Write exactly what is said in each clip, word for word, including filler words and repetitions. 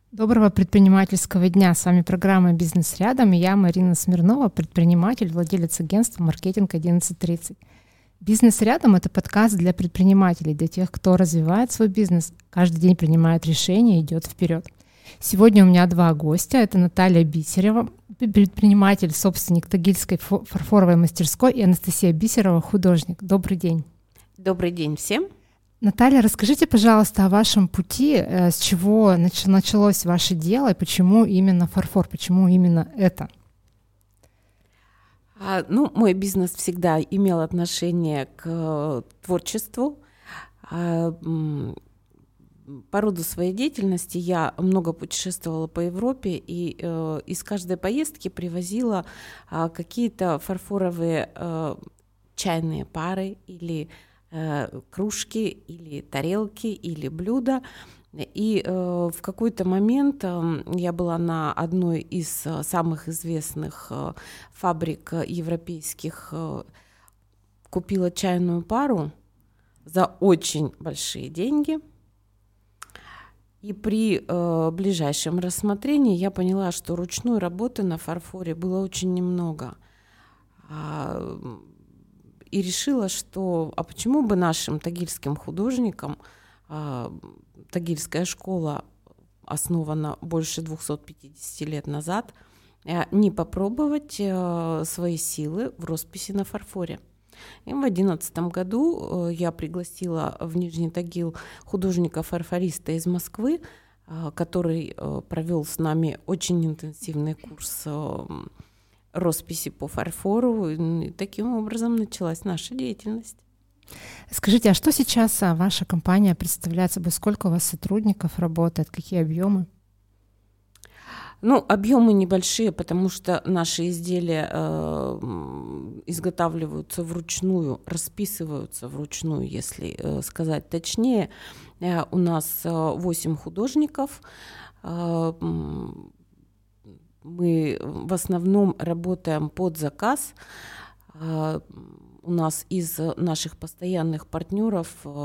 Доброго предпринимательского дня. С вами программа «Бизнес рядом» и я, Марина Смирнова, предприниматель, владелец агентства «Маркетинг одиннадцать тридцать». «Бизнес рядом» — это подкаст для предпринимателей, для тех, кто развивает свой бизнес, каждый день принимает решения и идет вперед. Сегодня у меня два гостя. Это Наталья Бисерева, предприниматель, собственник Тагильской фарфоровой мастерской, и Анастасия Бисерова, художник. Добрый день. Добрый день всем. Наталья, расскажите, пожалуйста, о вашем пути, с чего началось ваше дело и почему именно фарфор, почему именно это? А, ну, мой бизнес всегда имел отношение к творчеству. А, по роду своей деятельности я много путешествовала по Европе и э, из каждой поездки привозила э, какие-то фарфоровые э, чайные пары или кружки или тарелки или блюда. И э, в какой-то момент э, я была на одной из э, самых известных э, фабрик европейских, э, купила чайную пару за очень большие деньги. И при э, ближайшем рассмотрении я поняла, что ручной работы на фарфоре было очень немного. И решила, что а почему бы нашим тагильским художникам, э, тагильская школа основана больше двухсот пятидесяти лет назад, э, не попробовать э, свои силы в росписи на фарфоре. И в две тысячи одиннадцатом году э, я пригласила в Нижний Тагил художника-фарфориста из Москвы, э, который э, провел с нами очень интенсивный курс э, росписи по фарфору, и таким образом началась наша деятельность. Скажите, а что сейчас ваша компания представляет собой? Сколько у вас сотрудников работает? Какие объемы? Ну, объемы небольшие, потому что наши изделия э, изготавливаются вручную, расписываются вручную, если э, сказать точнее. Э, у нас восемь художников. Э, Мы в основном работаем под заказ. У нас из наших постоянных партнеров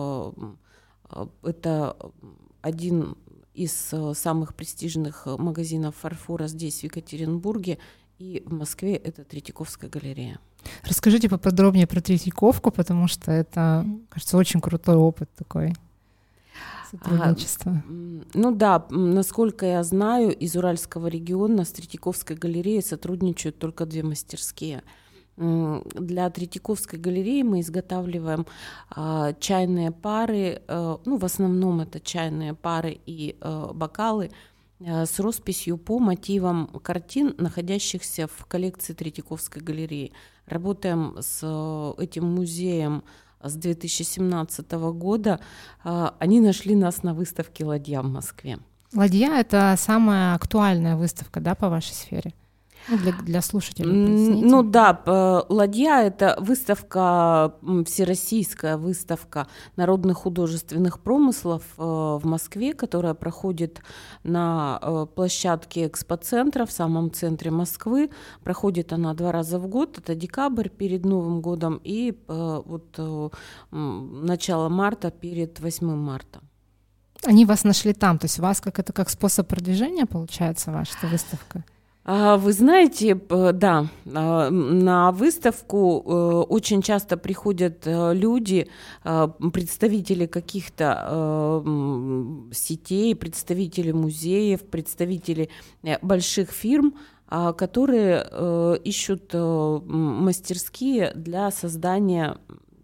это один из самых престижных магазинов фарфора здесь, в Екатеринбурге, и в Москве это Третьяковская галерея. Расскажите поподробнее про Третьяковку, потому что это, кажется, очень крутой опыт такой. Сотрудничество. А, ну да, насколько я знаю, из Уральского региона с Третьяковской галереей сотрудничают только две мастерские. Для Третьяковской галереи мы изготавливаем а, чайные пары, а, ну в основном это чайные пары и а, бокалы а, с росписью по мотивам картин, находящихся в коллекции Третьяковской галереи. Работаем с а, этим музеем с две тысячи семнадцатого года. Они нашли нас на выставке «Ладья» в Москве. «Ладья» — это самая актуальная выставка, да, по вашей сфере? Ну, для, для слушателей, поясните. Ну да, «Ладья» — это выставка, всероссийская выставка народных художественных промыслов в Москве, которая проходит на площадке экспоцентра в самом центре Москвы. Проходит она два раза в год, это декабрь перед Новым годом и вот начало марта перед восьмым марта. Они вас нашли там, то есть у вас как это как способ продвижения получается ваша выставка? Вы знаете, да, на выставку очень часто приходят люди, представители каких-то сетей, представители музеев, представители больших фирм, которые ищут мастерские для создания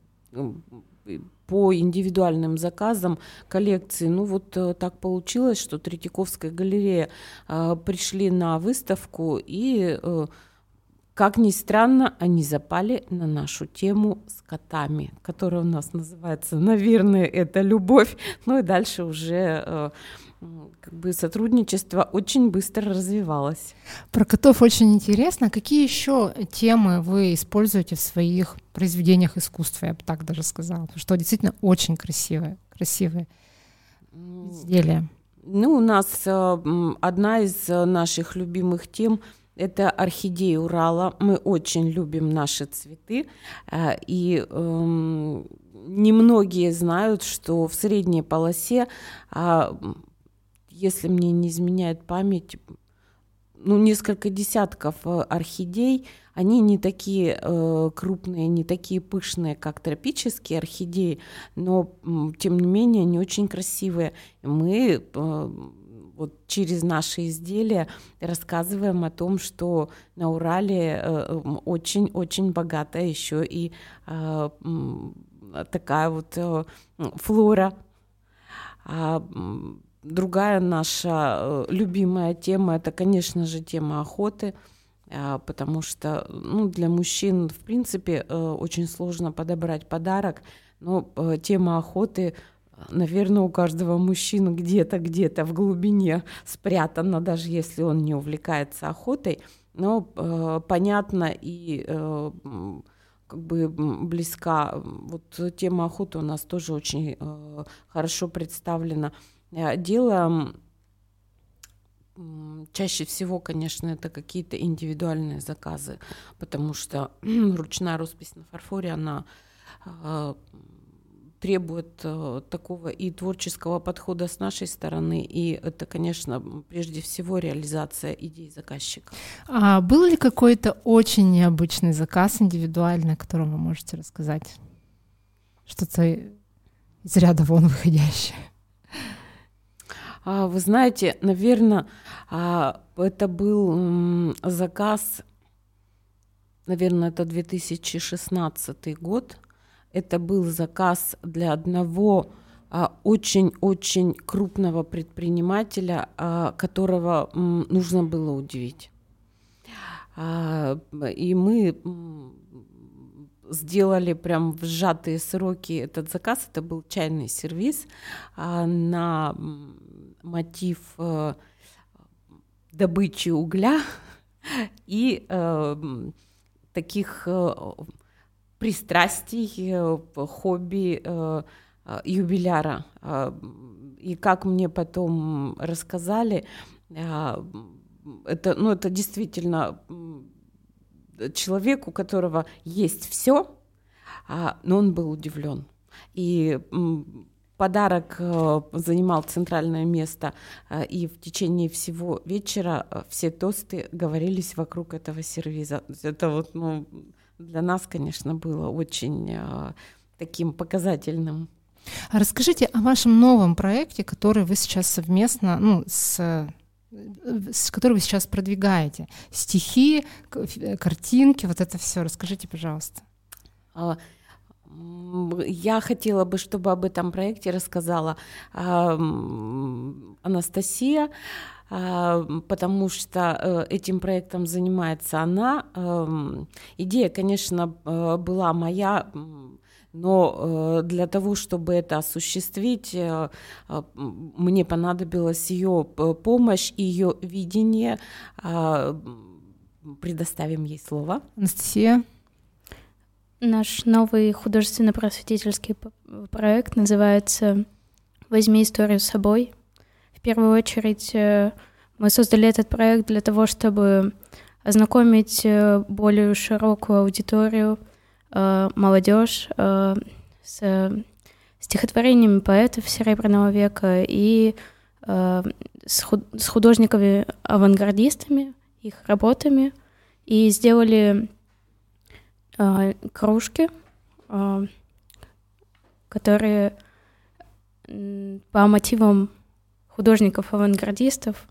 по индивидуальным заказам коллекции. Ну вот э, так получилось, что Третьяковская галерея э, пришли на выставку, и, э, как ни странно, они запали на нашу тему с котами, которая у нас называется, наверное, это любовь. Ну и дальше уже э, как бы сотрудничество очень быстро развивалось. Про котов очень интересно. Какие еще темы вы используете в своих произведениях искусства, я бы так даже сказала, потому что действительно очень красивые, красивые изделия. Ну, у нас э, одна из наших любимых тем — это орхидеи Урала. Мы очень любим наши цветы, э, и э, немногие знают, что в средней полосе э, если мне не изменяет память, ну, несколько десятков орхидей. Они не такие э, крупные, не такие пышные, как тропические орхидеи, но, тем не менее, они очень красивые. Мы э, вот через наши изделия рассказываем о том, что на Урале очень-очень э, богатая еще и э, такая вот э, флора. А, другая наша любимая тема — это, конечно же, тема охоты, потому что, ну, для мужчин, в принципе, очень сложно подобрать подарок, но тема охоты, наверное, у каждого мужчины где-то, где-то в глубине спрятана, даже если он не увлекается охотой, но понятно и как бы близка. Вот тема охоты у нас тоже очень хорошо представлена. Делаем чаще всего, конечно, это какие-то индивидуальные заказы, потому что ручная роспись на фарфоре, она э, требует э, такого и творческого подхода с нашей стороны, и это, конечно, прежде всего реализация идей заказчика. А был ли какой-то очень необычный заказ индивидуальный, о котором вы можете рассказать? Что-то из ряда вон выходящее? Вы знаете, наверное, это был заказ, наверное, это две тысячи шестнадцатый год. Это был заказ для одного очень-очень крупного предпринимателя, которого нужно было удивить. И мы сделали прям в сжатые сроки этот заказ. Это был чайный сервиз на мотив э, добычи угля и э, таких э, пристрастий, э, хобби э, юбиляра. И как мне потом рассказали, э, это, ну, это действительно человек, у которого есть все, э, но он был удивлен. И э, Подарок э, занимал центральное место, э, и в течение всего вечера э, все тосты говорились вокруг этого сервиза. Это вот, ну, для нас, конечно, было очень э, таким показательным. А расскажите о вашем новом проекте, который вы сейчас совместно, ну, с, с который вы сейчас продвигаете. Стихи, картинки, вот это все. Расскажите, пожалуйста. Я хотела бы, чтобы об этом проекте рассказала э, Анастасия, э, потому что э, этим проектом занимается она. Э, идея, конечно, была моя, но э, для того, чтобы это осуществить, э, э, мне понадобилась ее помощь и ее видение. Э, предоставим ей слово. Анастасия. Наш новый художественно-просветительский проект называется «Возьми историю с собой». В первую очередь мы создали этот проект для того, чтобы ознакомить более широкую аудиторию, молодежь с стихотворениями поэтов Серебряного века и с художниками-авангардистами, их работами, и сделали кружки, которые по мотивам художников-авангардистов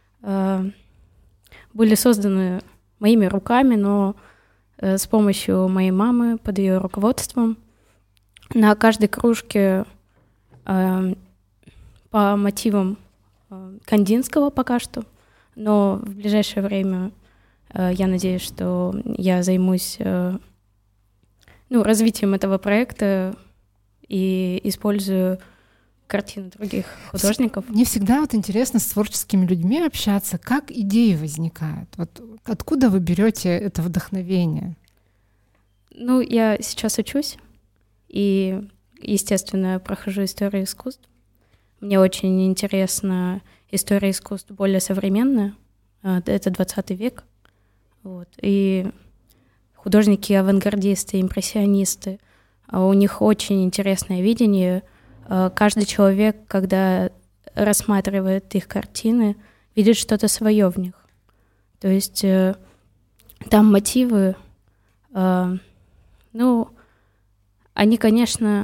были созданы моими руками, но с помощью моей мамы, под ее руководством. На каждой кружке по мотивам Кандинского пока что, но в ближайшее время я надеюсь, что я займусь ну, развитием этого проекта и использую картины других художников. Мне всегда вот интересно с творческими людьми общаться, как идеи возникают. Вот откуда вы берете это вдохновение? Ну, я сейчас учусь и, естественно, прохожу историю искусств. Мне очень интересна история искусств более современная. Это двадцатый век. Вот. И художники-авангардисты, импрессионисты, у них очень интересное видение. Каждый человек, когда рассматривает их картины, видит что-то свое в них. То есть э, там мотивы, э, ну, они, конечно,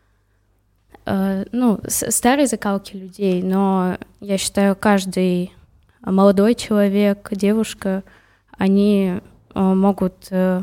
э, ну, с- старой закалки людей, но я считаю, каждый молодой человек, девушка, они э, могут э,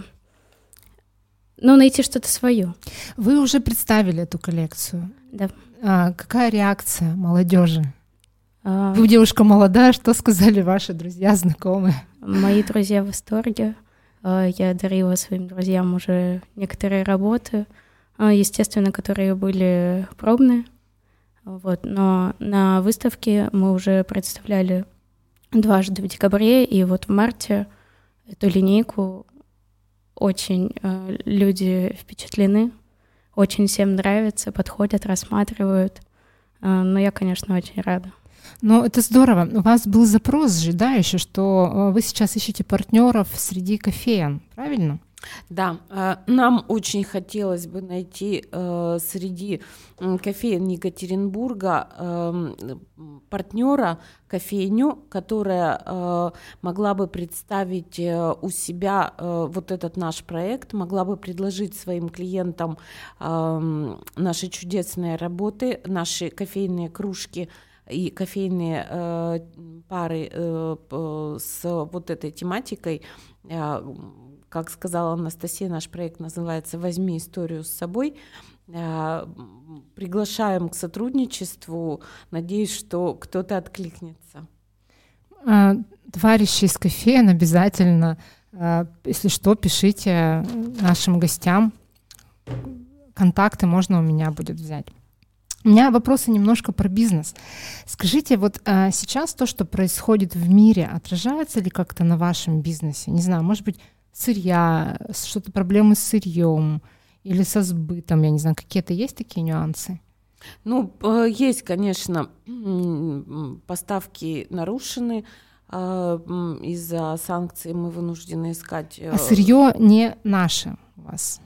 ну, найти что-то свое. Вы уже представили эту коллекцию. Да. А, какая реакция молодежи? А, Вы девушка молодая, что сказали ваши друзья, знакомые? Мои друзья в восторге. А, Я дарила своим друзьям уже некоторые работы, а, естественно, которые были пробные. Вот. Но на выставке мы уже представляли дважды в декабре, и вот в марте эту линейку очень э, люди впечатлены, очень всем нравится, подходят, рассматривают. Э, но я, конечно, очень рада. Ну, это здорово. У вас был запрос же, да, еще, что э, вы сейчас ищете партнеров среди кофеен, правильно? Да, э, нам очень хотелось бы найти э, среди м, кофеен Екатеринбурга э, партнера, кофейню, которая э, могла бы представить э, у себя э, вот этот наш проект, могла бы предложить своим клиентам э, наши чудесные работы, наши кофейные кружки и кофейные э, пары э, п- с вот этой тематикой. Э, Как сказала Анастасия, наш проект называется «Возьми историю с собой». Э, Приглашаем к сотрудничеству. Надеюсь, что кто-то откликнется. А, Товарищи из кофеен обязательно, а, если что, пишите нашим гостям. Контакты можно у меня будет взять. У меня вопросы немножко про бизнес. Скажите, вот а, сейчас то, что происходит в мире, отражается ли как-то на вашем бизнесе? Не знаю, может быть, сырья, что-то проблемы с сырьем или со сбытом, я не знаю, какие-то есть такие нюансы? Ну, э, есть, конечно, м, поставки нарушены. э, м, Из-за санкций мы вынуждены искать... э, А сырье не наше у вас?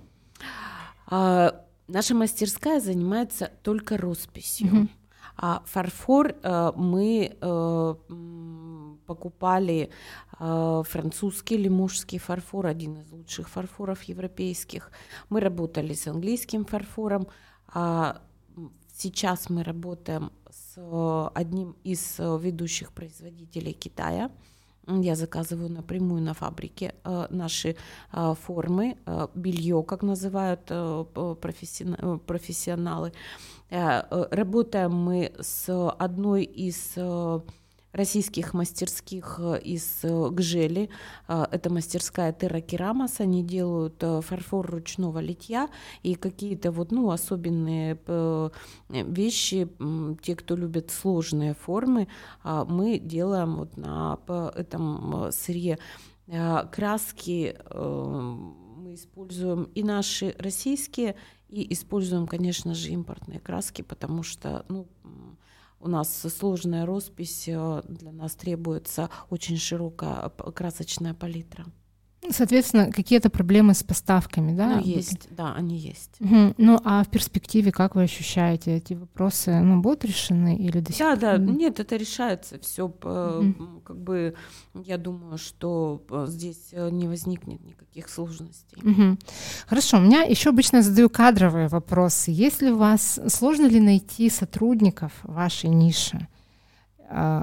а, Наша мастерская занимается только росписью. Мгм. А фарфор э, мы э, м, покупали э, французский лимужский фарфор, один из лучших фарфоров европейских. Мы работали с английским фарфором. А м, сейчас мы работаем с э, одним из э, ведущих производителей Китая. М, Я заказываю напрямую на фабрике э, наши э, формы, э, белье, как называют э, п- профессиона- э, профессионалы. Э, э, Работаем мы с одной из э, российских мастерских э, из э, Гжели. Э, Это мастерская Terra Keramos. Они делают э, фарфор ручного литья и какие-то вот, ну, особенные э, вещи. М, Те, кто любит сложные формы, а, мы делаем вот на п- этом э, сырье. Э, Краски э, мы используем и наши российские, и используем, конечно же, импортные краски, потому что, ну, м, у нас сложная роспись, э, для нас требуется очень широкая п- красочная палитра. Соответственно, какие-то проблемы с поставками, да? Ну, были? есть, да, они есть. Мгм. Ну, а в перспективе, как вы ощущаете, эти вопросы, ну, будут решены или до сих Да, пор? да, М. нет, это решается все. Мгм. Как бы я думаю, что э, здесь э, не возникнет никаких сложностей. Мгм. Хорошо, у меня еще обычно задаю кадровые вопросы. Если у вас сложно ли найти сотрудников в вашей нише? А,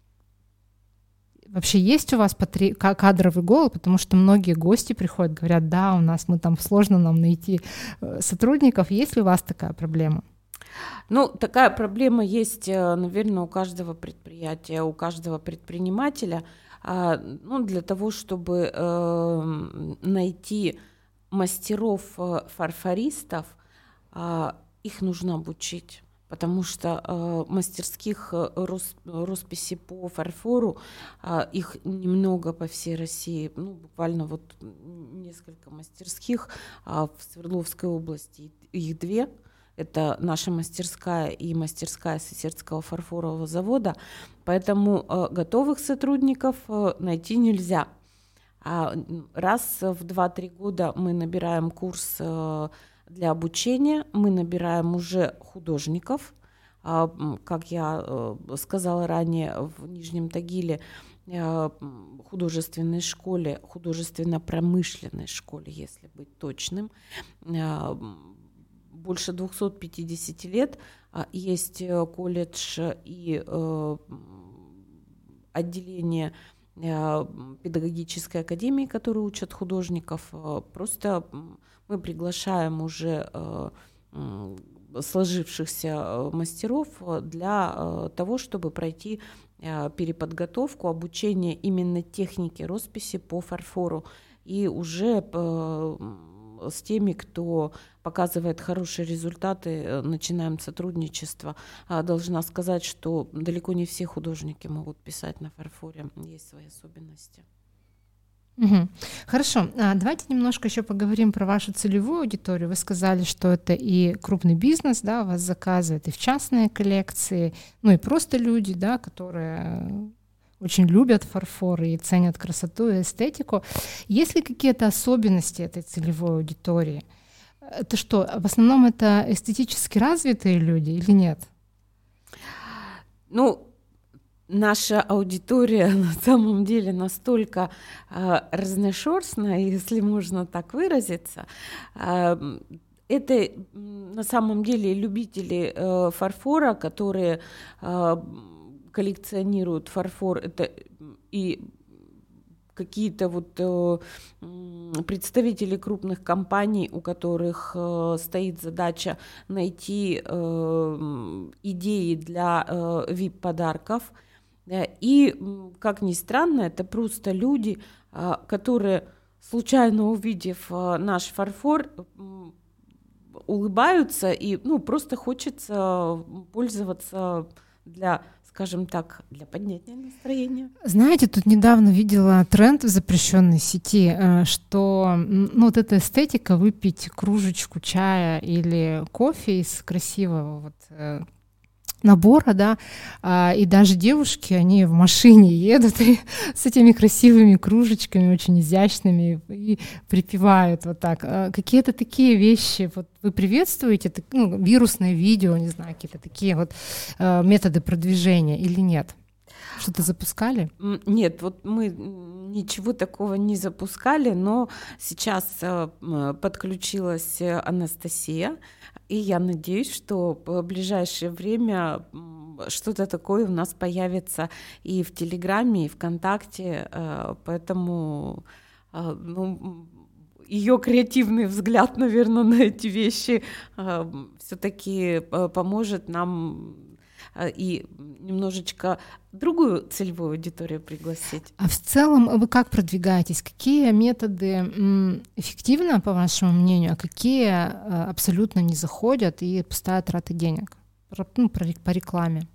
Вообще есть у вас потре- ка- кадровый голод, потому что многие гости приходят, говорят, да, у нас мы там сложно нам найти э, сотрудников. Есть ли у вас такая проблема? Ну, такая проблема есть, наверное, у каждого предприятия, у каждого предпринимателя. А, Ну, для того, чтобы э, найти мастеров э, фарфористов, а, их нужно обучить, потому что э, мастерских э, рос- росписи по фарфору, а, их немного по всей России, ну, буквально вот несколько мастерских, а в Свердловской области их две. Это наша мастерская и мастерская Сысердского фарфорового завода, поэтому э, готовых сотрудников э, найти нельзя. А м, раз в два-три года мы набираем курс э, для обучения, мы набираем уже художников, как я сказала ранее, в Нижнем Тагиле художественной школе, художественно-промышленной школе, если быть точным, больше двести пятьдесят лет. Есть колледж и отделение педагогической академии, которые учат художников. Просто мы приглашаем уже сложившихся мастеров для того, чтобы пройти переподготовку, обучение именно технике росписи по фарфору. И уже с теми, кто показывает хорошие результаты, начинаем сотрудничество. Должна сказать, что далеко не все художники могут писать на фарфоре, есть свои особенности. Угу. Хорошо, а давайте немножко еще поговорим про вашу целевую аудиторию. Вы сказали, что это и крупный бизнес, да, вас заказывает, и в частные коллекции, ну и просто люди, да, которые очень любят фарфор и ценят красоту и эстетику. Есть ли какие-то особенности этой целевой аудитории? Это что, в основном это эстетически развитые люди или нет? Ну, наша аудитория на самом деле настолько э, разношерстная, если можно так выразиться. Э, это на самом деле любители э, фарфора, которые э, коллекционируют фарфор. Это и какие-то вот э, представители крупных компаний, у которых э, стоит задача найти э, идеи для э, ви ай пи-подарков. И, как ни странно, это просто люди, которые, случайно увидев наш фарфор, улыбаются и, ну, просто хочется пользоваться для, скажем так, для поднятия настроения. Знаете, тут недавно видела тренд в запрещенной сети, что, ну, вот эта эстетика выпить кружечку чая или кофе из красивого вот набора, да, а, и даже девушки, они в машине едут и с этими красивыми кружечками, очень изящными, и припевают вот так. А какие-то такие вещи вот вы приветствуете, ну, вирусное видео, не знаю, какие-то такие вот а, методы продвижения или нет? Что-то запускали? Нет, вот мы ничего такого не запускали, но сейчас подключилась Анастасия, и я надеюсь, что в ближайшее время что-то такое у нас появится и в Телеграме, и ВКонтакте, поэтому, ну, ее креативный взгляд, наверное, на эти вещи все-таки поможет нам и немножечко другую целевую аудиторию пригласить. А в целом вы как продвигаетесь? Какие методы эффективны, по вашему мнению, а какие абсолютно не заходят и пустая трата денег? Ну, по рекламе.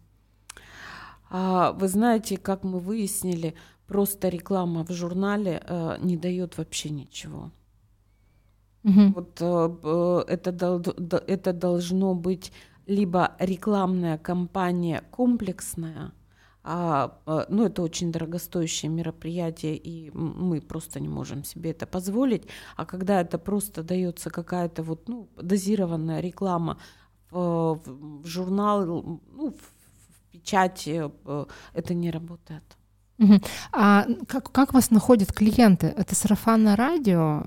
Вы знаете, как мы выяснили, просто реклама в журнале не дает вообще ничего. Угу. Вот это, это должно быть либо рекламная кампания комплексная, а, ну, это очень дорогостоящее мероприятие, и мы просто не можем себе это позволить. А когда это просто дается какая-то вот, ну, дозированная реклама в, в журнал, ну, в, в печати, это не работает. Угу. А как, как вас находят клиенты? Это сарафанное радио?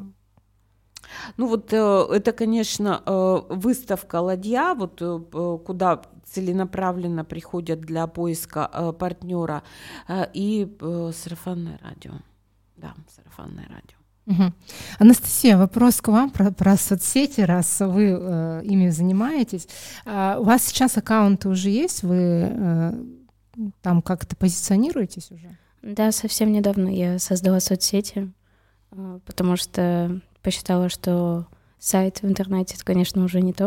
Ну вот это, конечно, выставка «Ладья», вот куда целенаправленно приходят для поиска партнера, и сарафанное радио. Да, сарафанное радио. Угу. Анастасия, вопрос к вам про, про соцсети, раз вы э, ими занимаетесь. А у вас сейчас аккаунты уже есть? Вы э, там как-то позиционируетесь уже? Да, совсем недавно я создала соцсети, потому что посчитала, что сайт в интернете, это, конечно, уже не то.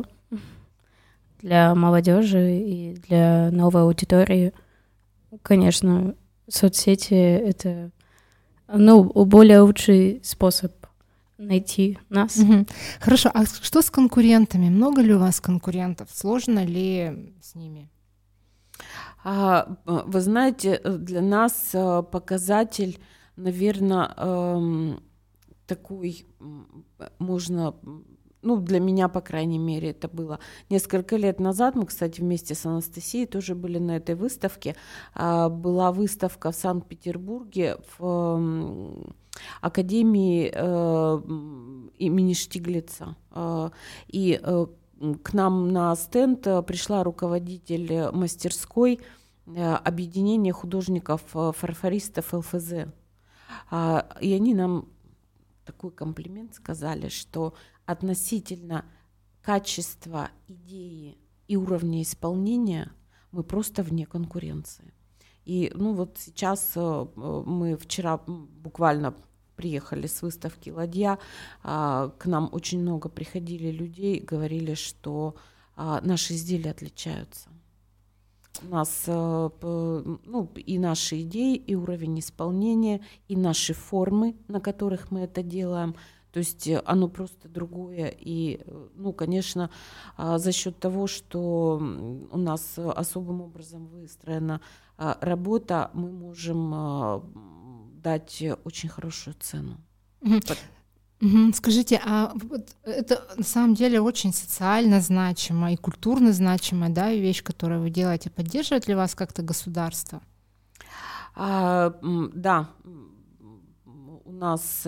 Для молодежи и для новой аудитории, конечно, соцсети — это, ну, более лучший способ найти нас. Угу. Хорошо, а что с конкурентами? Много ли у вас конкурентов? Сложно ли с ними? А, вы знаете, для нас показатель, наверное, такой, можно, ну, для меня, по крайней мере, это было несколько лет назад. Мы, кстати, вместе с Анастасией тоже были на этой выставке. Была выставка в Санкт-Петербурге в Академии имени Штиглица. И к нам на стенд пришла руководитель мастерской объединения художников-фарфористов эл эф зэ. И они нам такой комплимент сказали, что относительно качества идеи и уровня исполнения мы просто вне конкуренции. И ну вот сейчас мы вчера буквально приехали с выставки «Ладья», к нам очень много приходили людей, говорили, что наши изделия отличаются. У нас ну, и наши идеи, и уровень исполнения, и наши формы, на которых мы это делаем. То есть оно просто другое. И, ну, конечно, за счет того, что у нас особым образом выстроена работа, мы можем дать очень хорошую цену. Mm-hmm. Скажите, а вот это на самом деле очень социально значимая и культурно значимая, да, вещь, которую вы делаете. Поддерживает ли вас как-то государство? А, да, у нас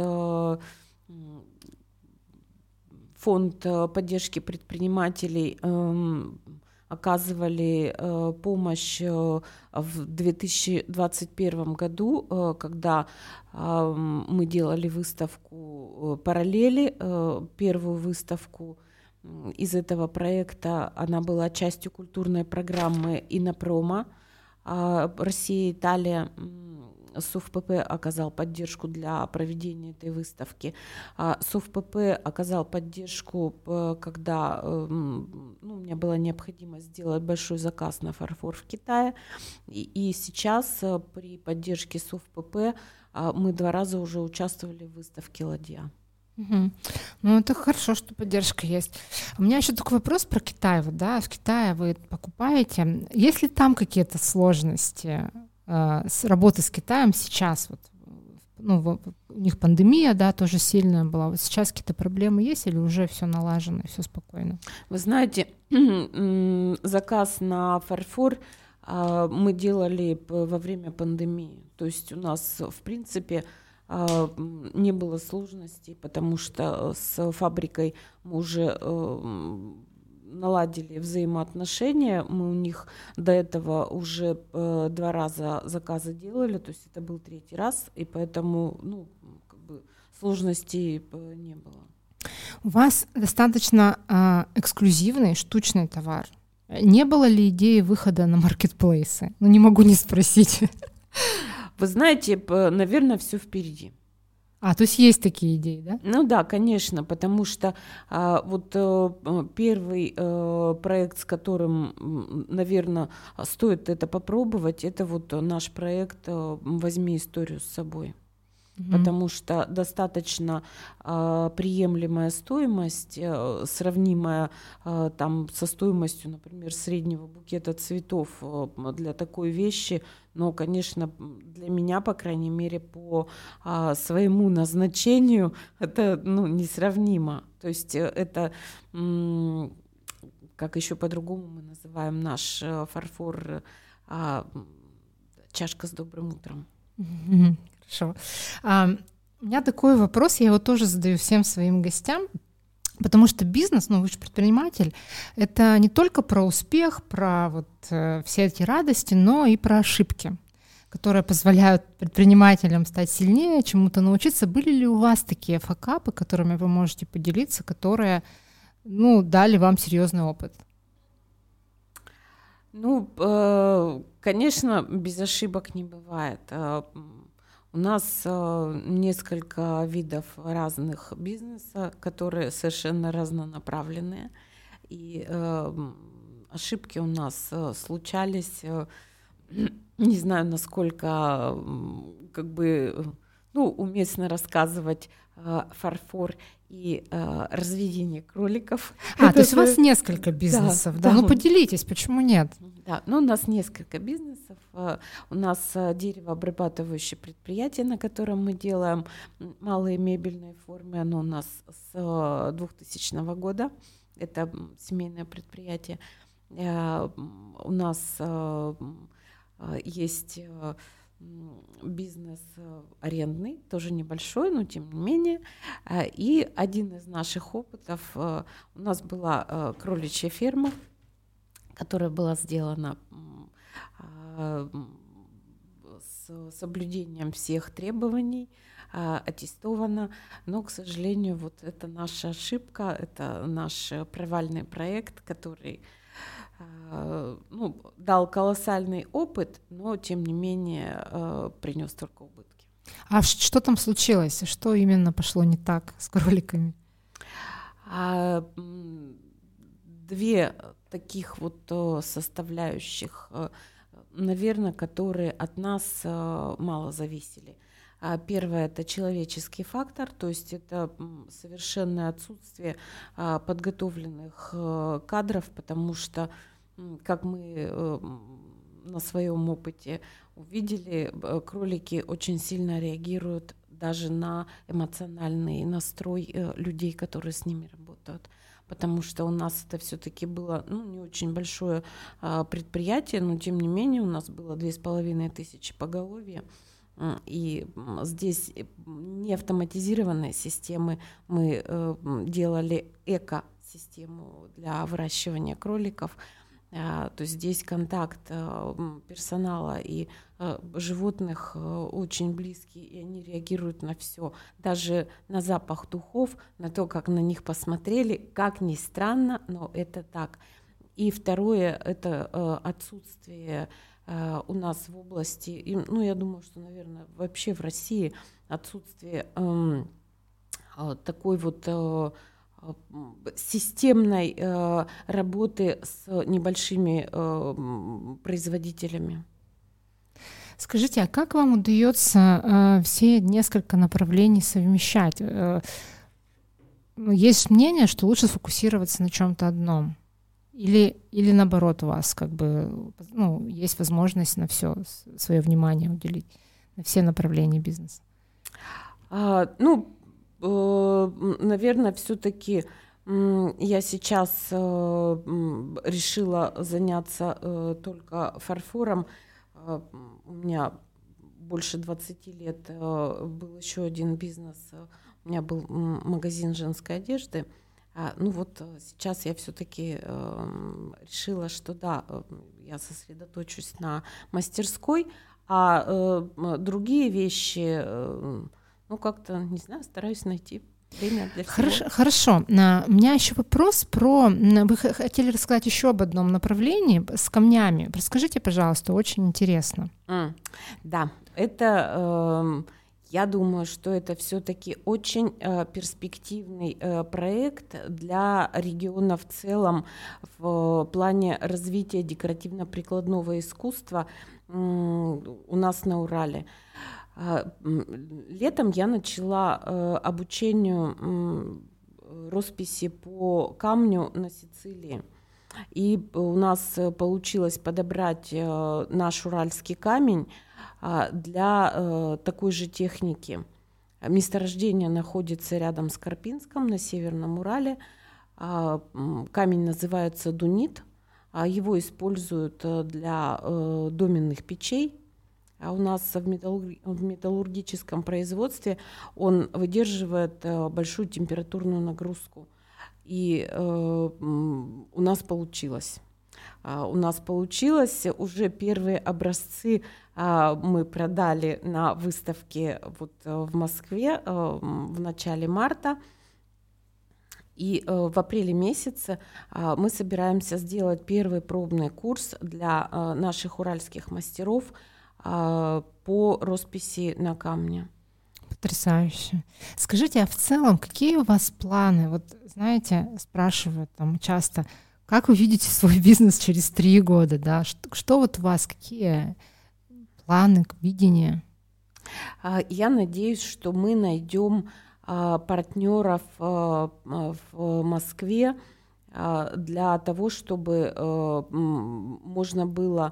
фонд поддержки предпринимателей оказывали э, помощь э, в две тысячи двадцать первом году, э, когда э, мы делали выставку э, «Параллели», э, первую выставку э, из этого проекта. Она была частью культурной программы «Иннопрома». Э, Россия, Италия, СУФПП оказал поддержку для проведения этой выставки. СУФПП оказал поддержку, когда ну, у меня была необходимость сделать большой заказ на фарфор в Китае. И, и сейчас при поддержке СУФПП мы два раза уже участвовали в выставке «Ладья». Угу. Ну, это хорошо, что поддержка есть. У меня еще такой вопрос про Китай. Вот, да, в Китае вы покупаете. Есть ли там какие-то сложности с работы с Китаем сейчас? Вот, ну, у них пандемия, да, тоже сильная была. Вот сейчас какие-то проблемы есть или уже все налажено, все спокойно? Вы знаете, заказ на фарфор мы делали во время пандемии. То есть у нас, в принципе, не было сложностей, потому что с фабрикой мы уже наладили взаимоотношения, мы у них до этого уже э, два раза заказы делали, то есть это был третий раз, и поэтому ну, как бы сложностей э, не было. У вас достаточно э, эксклюзивный штучный товар. Не было ли идеи выхода на маркетплейсы? Ну, не могу не спросить. Вы знаете, наверное, все впереди. А, то есть есть такие идеи, да? Ну да, конечно, потому что а, вот а, первый а, проект, с которым, наверное, стоит это попробовать, это вот наш проект «Возьми историю с собой». Mm-hmm. Потому что достаточно а, приемлемая стоимость, а, сравнимая а, там, со стоимостью, например, среднего букета цветов а, для такой вещи, но, конечно, для меня, по крайней мере, по а, своему назначению это ну, несравнимо. То есть это, м- как еще по-другому мы называем наш а, фарфор, а, чашка с добрым утром. Mm-hmm. Хорошо. А, у меня такой вопрос, я его тоже задаю всем своим гостям, потому что бизнес, ну вы же предприниматель, это не только про успех, про вот э, все эти радости, но и про ошибки, которые позволяют предпринимателям стать сильнее, чему-то научиться. Были ли у вас такие факапы, которыми вы можете поделиться, которые, ну, дали вам серьезный опыт? Ну, э, конечно, без ошибок не бывает. У нас э, несколько видов разных бизнеса, которые совершенно разнонаправленные. И э, ошибки у нас э, случались, э, не знаю, насколько э, как бы, ну, уместно рассказывать э, фарфор и э, разведение кроликов. А, это то есть же... у вас несколько бизнесов, да? да? да. Ну, поделитесь, почему нет? Да, ну у нас несколько бизнесов. У нас деревообрабатывающее предприятие, на котором мы делаем малые мебельные формы. Оно у нас с двухтысячного года. Это семейное предприятие. У нас есть бизнес арендный, тоже небольшой, но тем не менее. И один из наших опытов, у нас была кроличья ферма, которая была сделана с соблюдением всех требований, аттестована, но, к сожалению, вот это наша ошибка, это наш провальный проект, который ну, дал колоссальный опыт, но, тем не менее, принес только убытки. А что там случилось? Что именно пошло не так с кроликами? А, две таких вот составляющих, наверное, которые от нас мало зависели. Первое – это человеческий фактор, то есть это совершенное отсутствие подготовленных кадров, потому что, как мы на своем опыте увидели, кролики очень сильно реагируют даже на эмоциональный настрой людей, которые с ними работают. Потому что у нас это все-таки было ну, не очень большое а, предприятие, но тем не менее у нас было две с половиной тысячи поголовья. И здесь не автоматизированные системы, мы э, делали эко-систему для выращивания кроликов. А, то есть здесь контакт а, персонала и а, животных а, очень близкий, и они реагируют на все, даже на запах духов, на то, как на них посмотрели, как ни странно, но это так. И второе – это а, отсутствие а, у нас в области, и, ну я думаю, что, наверное, вообще в России отсутствие а, а, такой вот а, системной э, работы с небольшими э, производителями. Скажите, а как вам удается э, все несколько направлений совмещать? Э, есть мнение, что лучше сфокусироваться на чем-то одном, или или наоборот у вас как бы ну, есть возможность на все свое внимание уделить, на все направления бизнеса? А, ну наверное, все-таки я сейчас решила заняться только фарфором. У меня больше двадцати лет был еще один бизнес. У меня был магазин женской одежды. Ну вот сейчас я все-таки решила, что да, я сосредоточусь на мастерской, а другие вещи... Ну, как-то, не знаю, стараюсь найти время для всего. Хорошо. Хорошо. У меня еще вопрос про... Вы хотели рассказать еще об одном направлении с камнями. Расскажите, пожалуйста, очень интересно. Mm, да, это... Э, я думаю, что это все-таки очень э, перспективный э, проект для региона в целом в плане развития декоративно-прикладного искусства э, у нас на Урале. Летом я начала э, обучению э, росписи по камню на Сицилии. И у нас получилось подобрать э, наш уральский камень э, для э, такой же техники. Месторождение находится рядом с Карпинском на Северном Урале. Э, камень называется дунит. Э, его используют для э, доменных печей. А у нас в, металлург... в металлургическом производстве он выдерживает э, большую температурную нагрузку. И э, у нас получилось. А, у нас получилось. Уже первые образцы а, мы продали на выставке вот, в Москве а, в начале марта. И э, в апреле месяце э, мы собираемся сделать первый пробный курс для э, наших уральских мастеров по росписи на камне. Потрясающе. Скажите, а в целом какие у вас планы? Вот, знаете, спрашивают там часто, как вы видите свой бизнес через три года, да? Что, что вот у вас, какие планы, видения? Я надеюсь, что мы найдем партнеров в Москве для того, чтобы можно было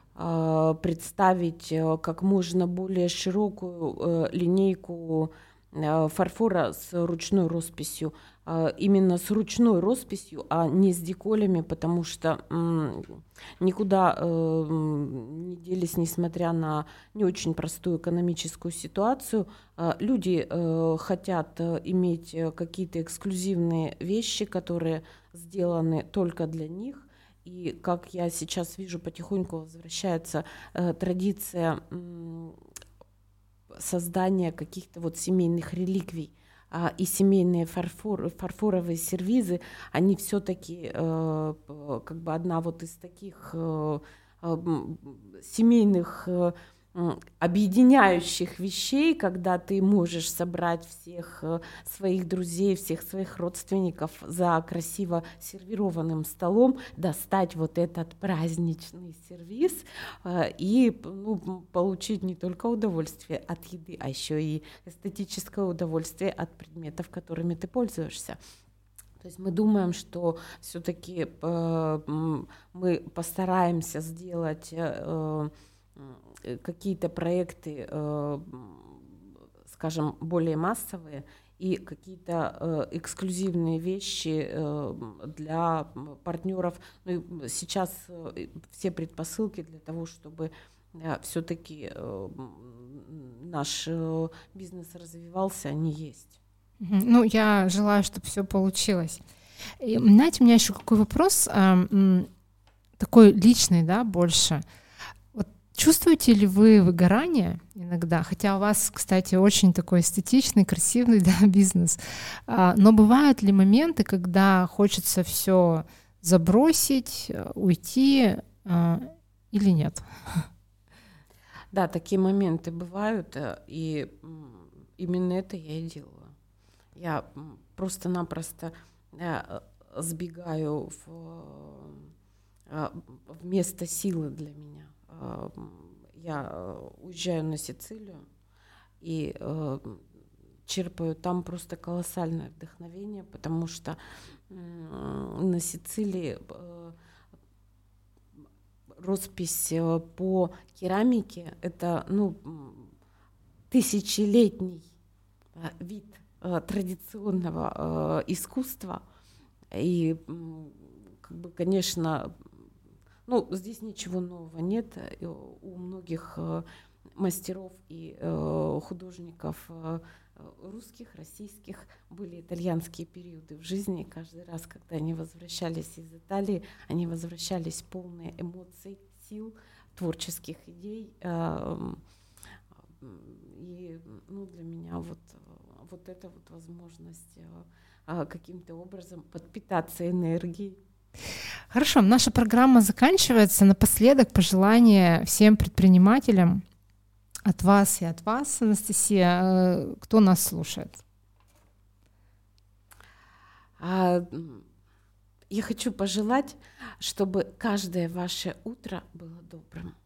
представить как можно более широкую линейку фарфора с ручной росписью, именно с ручной росписью, а не с деколями, потому что никуда не делись, несмотря на не очень простую экономическую ситуацию. Люди хотят иметь какие-то эксклюзивные вещи, которые сделаны только для них. И, как я сейчас вижу, потихоньку возвращается э, традиция э, создания каких-то вот семейных реликвий. А, и семейные фарфор, фарфоровые сервизы, они все-таки э, как бы одна вот из таких э, э, семейных э, объединяющих вещей, когда ты можешь собрать всех своих друзей, всех своих родственников за красиво сервированным столом, достать вот этот праздничный сервиз и ну, получить не только удовольствие от еды, а еще и эстетическое удовольствие от предметов, которыми ты пользуешься. То есть мы думаем, что все-таки э, мы постараемся сделать э, какие-то проекты, э, скажем, более массовые и какие-то э, эксклюзивные вещи э, для партнеров. Ну, сейчас э, все предпосылки для того, чтобы э, все-таки э, наш э, бизнес развивался, они есть. Ну, я желаю, чтобы все получилось. И, знаете, у меня еще какой вопрос, э, такой личный, да, больше. Чувствуете ли вы выгорание иногда? Хотя у вас, кстати, очень такой эстетичный, красивый, да, бизнес. Но бывают ли моменты, когда хочется все забросить, уйти или нет? Да, такие моменты бывают, и именно это я и делаю. Я просто-напросто сбегаю в, в место силы для меня. Я уезжаю на Сицилию и э, черпаю там просто колоссальное вдохновение, потому что э, на Сицилии э, роспись по керамике — это ну, тысячелетний э, вид э, традиционного э, искусства. И, э, как бы, конечно, ну, здесь ничего нового нет. У многих э, мастеров и э, художников э, русских, российских были итальянские периоды в жизни. И каждый раз, когда они возвращались из Италии, они возвращались полные эмоций, сил, творческих идей. Э, и ну, для меня вот, вот эта вот возможность э, каким-то образом подпитаться энергией. Хорошо, наша программа заканчивается. Напоследок пожелание всем предпринимателям от вас и от вас, Анастасия, кто нас слушает. Я хочу пожелать, чтобы каждое ваше утро было добрым.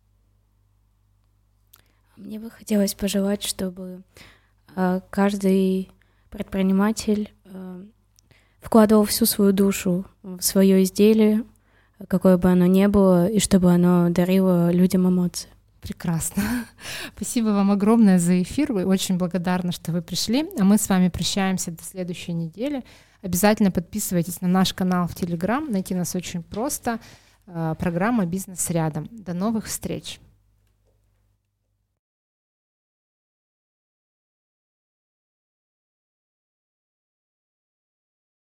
Мне бы хотелось пожелать, чтобы каждый предприниматель вкладывал всю свою душу в свое изделие, какое бы оно ни было, и чтобы оно дарило людям эмоции. Прекрасно. Спасибо вам огромное за эфир. Вы очень благодарны, что вы пришли. А мы с вами прощаемся до следующей недели. Обязательно подписывайтесь на наш канал в Телеграм. Найти нас очень просто. Программа «Бизнес рядом». До новых встреч.